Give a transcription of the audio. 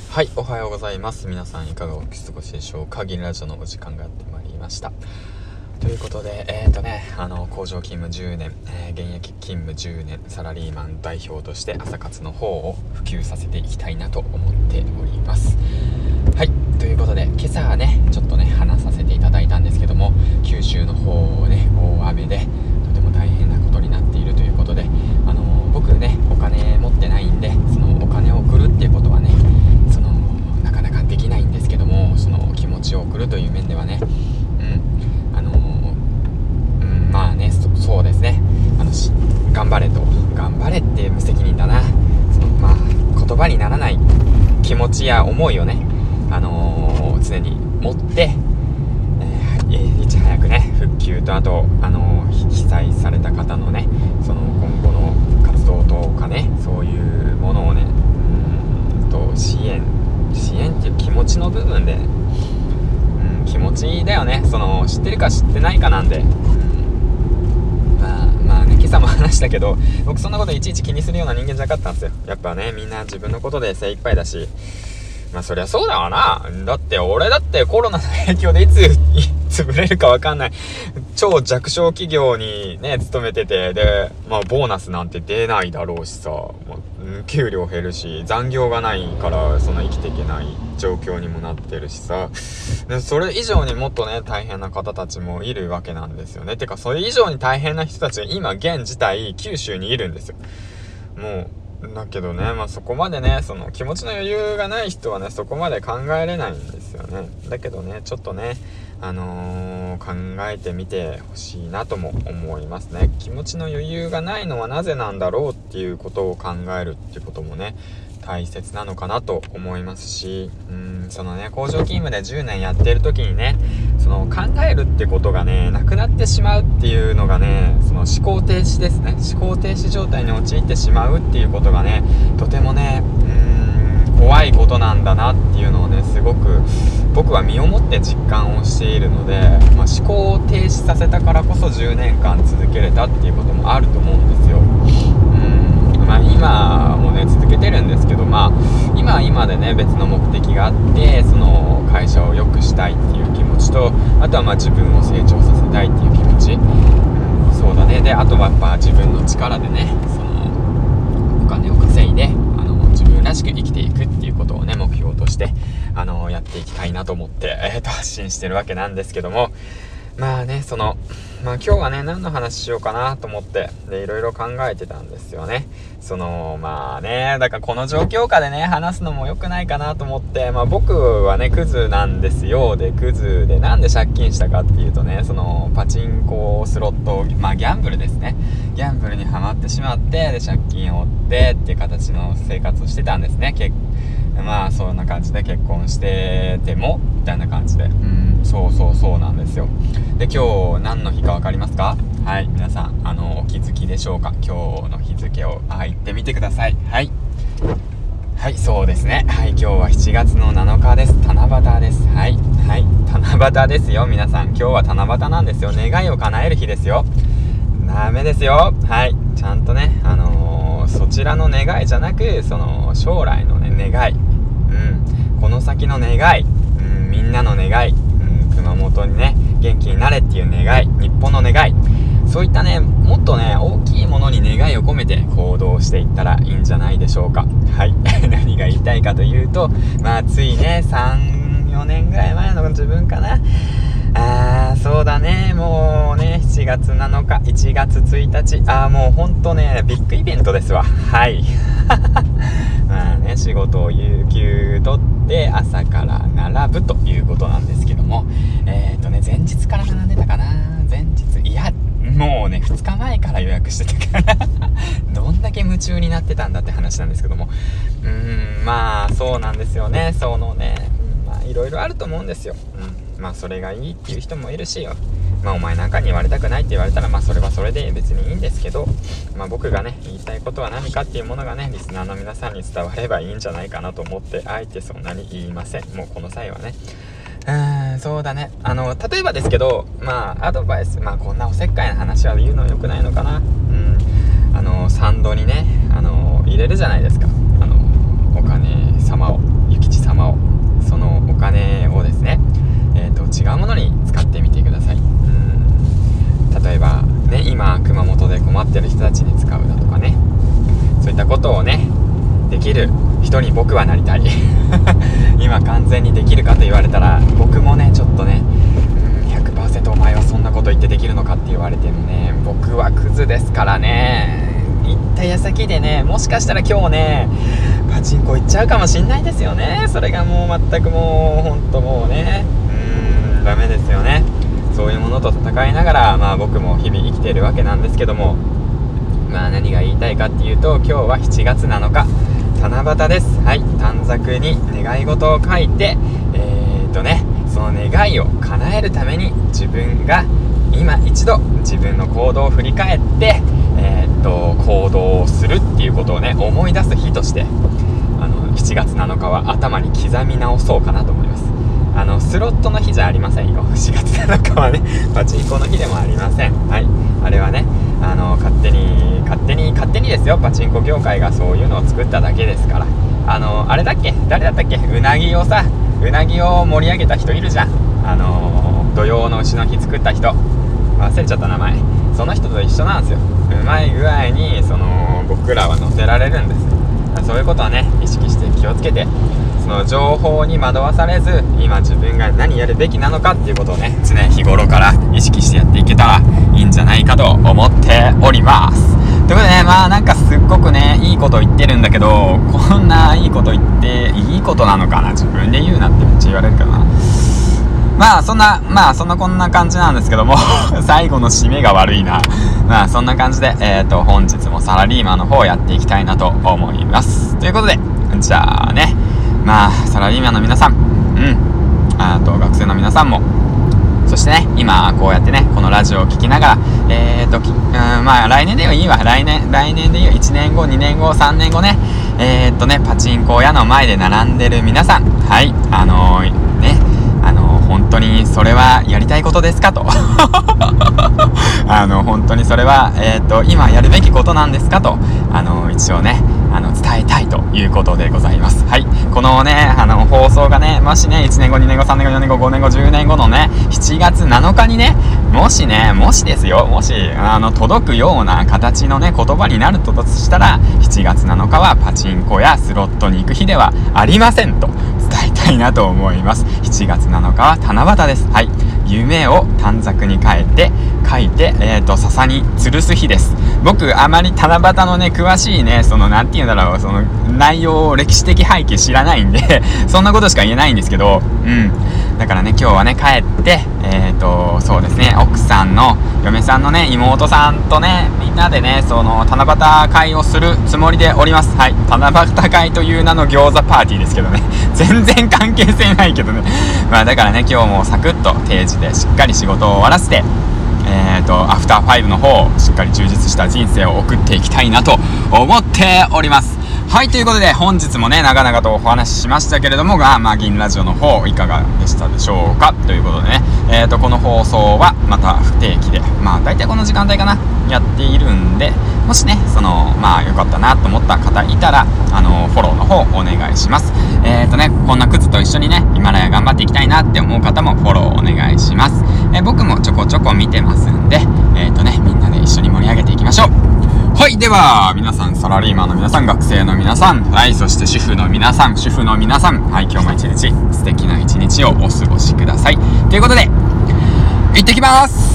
はい、おはようございます。皆さんいかがお過ごしでしょうか。銀ラジオのお時間がやってまいりました。ということで、工場勤務10年、現役勤務10年、サラリーマン代表として朝活の方を普及させていきたいなと思っております。はい、ということで、今朝はね、ちょっとね、話させていただいたんですけども、九州の方ね、大雨で、とても大変なことになっているということで、僕ね、お金持ってないんで、そのお金を送るっていうことはね、なかなかできないんですけども、その気持ちを送るという面ではね、まあね、そうですね、頑張れって無責任だな、言葉にならない気持ちや思いをね、常に持って、いち早くね、復旧と、あと被災された方のね、その今後の活動とかね、そういうものをね、支援っていう気持ちの部分で、気持ちだよね。知ってるか知ってないかなんで、まあね、今朝も話したけど、僕そんなこといちいち気にするような人間じゃなかったんですよ。やっぱね、みんな自分のことで精一杯だし、そりゃそうだわな。だって俺だってコロナの影響でいつ潰れるかわかんない超弱小企業にね勤めてて、でボーナスなんて出ないだろうしさ、給料減るし、残業がないからそんな生きていけない状況にもなってるしさ、でそれ以上にもっとね大変な方たちもいるわけなんですよね。てかそれ以上に大変な人たちが今現時体九州にいるんですよ。もうだけどね、そこまでね、その気持ちの余裕がない人はね、そこまで考えれないんですよね。だけどね、ちょっとね、考えてみてほしいなとも思いますね。気持ちの余裕がないのはなぜなんだろうっていうことを考えるっていうこともね、大切なのかなと思いますし、そのね、工場勤務で10年やってる時にね、その考えるってことがね、なくなってしまうっていうのがね、その思考停止ですね。思考停止状態に陥ってしまうっていうことがね、とてもね、怖いことなんだなっていうのをね、すごく僕は身をもって実感をしているので、思考を停止させたからこそ10年間続けれたっていうこともあると思うんですよ。今もね続けてるんですけど、今は今でね別の目的があって、その会社を良くしたいっていう気持ちと、あとは自分を成長させたいっていう気持ち、そうだね。であとはやっぱ自分の力でね、そのお金を稼いで自分らしく生きていくっていうことをね目標としてやっていきたいなと思って、発信してるわけなんですけども、今日はね何の話しようかなと思ってでいろいろ考えてたんですよね。だからこの状況下でね話すのも良くないかなと思って、僕はねクズなんですよ。でクズでなんで借金したかっていうとね、そのパチンコスロット、ギャンブルですね。ギャンブルにはまってしまって、で借金を負ってっていう形の生活をしてたんですね。そんな感じで結婚しててもみたいな感じで、そうなんですよ。で今日何の日か分かりますか？はい、皆さんお気づきでしょうか？今日の日付を言ってみてください。はい、そうですね。はい、今日は7月の7日です。七夕です。はい、七夕ですよ。皆さん今日は七夕なんですよ。願いを叶える日ですよ。ダメですよ。はい、ちゃんとねそちらの願いじゃなく、その将来のね願い、この先の願い、みんなの願い、熊本にね元気になれっていう願い、日本の願い、そういったねもっとね大きいものに願いを込めて行動していったらいいんじゃないでしょうか。はい何が言いたいかというと、ついね 3,4 年ぐらい前の自分かな、そうだね、もうね7月7日1月1日、もうほんとねビッグイベントですわ。はい仕事を有給取って朝から並ぶということなんですけども、前日から並んでたかな。もうね2日前から予約してたからどんだけ夢中になってたんだって話なんですけども、そうなんですよね。いろいろあると思うんですよ。それがいいっていう人もいるし、お前なんかに言われたくないって言われたらそれはそれで別にいいんですけど、僕がね言いたいことは何かっていうものがねリスナーの皆さんに伝わればいいんじゃないかなと思って、あえてそんなに言いません。もうこの際はねそうだね、例えばですけど、アドバイス、こんなおせっかいな話は言うのは良くないのかな。サンドにね入れるじゃないですか、お金様を、諭吉人に僕はなりたい今完全にできるかと言われたら、僕もねちょっとね、100% お前はそんなこと言ってできるのかって言われてもね、僕はクズですからね。行った矢先でね、もしかしたら今日ねパチンコ行っちゃうかもしんないですよね。それがもう全くもうほんともうねダメですよね。そういうものと戦いながら、僕も日々生きているわけなんですけども、何が言いたいかっていうと、今日は7月7日七夕です。はい、短冊に願い事を書いてその願いを叶えるために自分が今一度自分の行動を振り返って行動をするっていうことをね思い出す日として、7月7日は頭に刻み直そうかなと思います。スロットの日じゃありませんよ。4月7日はねパチンコの日でもありません。はい、あれはね勝手にですよ、パチンコ業界がそういうのを作っただけですから。あれだっけ、誰だったっけ、うなぎを盛り上げた人いるじゃん。土曜の丑の日作った人、忘れちゃった名前。その人と一緒なんですよ。うまい具合に僕らは乗せられるんですよ。そういうことはね意識して気をつけて、その情報に惑わされず、今自分が何やるべきなのかっていうことをね常日頃から意識してやっていけたらいいんじゃないかと思っております。ということでね、なんかすっごくねいいこと言ってるんだけど、こんないいこと言っていいことなのかな、自分で言うなってめっちゃ言われるけどな。そんなこんな感じなんですけども最後の締めが悪いな。そんな感じで本日もサラリーマンの方をやっていきたいなと思います。ということで、じゃあね、サラリーマンの皆さん、あと学生の皆さんも、そしてね今こうやってねこのラジオを聞きながら来年でいいわ、来年でいいよ、1年後2年後3年後ねパチンコ屋の前で並んでる皆さん、はい、本当にそれはやりたいことですかと本当にそれは今やるべきことなんですかと一応ね伝えたいということでございます。はい、このね放送がねもしね1年後2年後3年後4年後5年後10年後のね7月7日にねもしですよ、もし届くような形のね言葉になるとしたら、7月7日はパチンコやスロットに行く日ではありませんと伝えたいなと思います。7月7日は七夕です。はい、夢を短冊に書いて笹に吊るす日です。僕あまり七夕のね詳しいねなんていうんだろう、その内容、歴史的背景知らないんでそんなことしか言えないんですけど、だからね今日はね帰ってそうですね、奥さんの嫁さんのね妹さんとねみんなでね七夕会をするつもりでおります。はい、七夕会という名の餃子パーティーですけどね全然関係性ないけどねだからね今日もサクッと定時でしっかり仕事を終わらせてアフター5の方をしっかり充実した人生を送っていきたいなと思っております。はい、ということで本日もね長々とお話ししましたけれども銀ラジオの方いかがでしたでしょうかということでね、この放送はまた不定期で大体この時間帯かなやっているんで、もしね良かったなと思った方いたらフォローの方お願いします。こんなクズと一緒にねヒマラヤ頑張っていきたいなって思う方もフォローお願いします。僕もちょこちょこ見てますんでみんなで一緒に盛り上げていきましょう。はい、では皆さん、サラリーマンの皆さん、学生の皆さん、はい、そして主婦の皆さん、はい、今日も一日素敵な一日をお過ごしくださいということで行ってきます。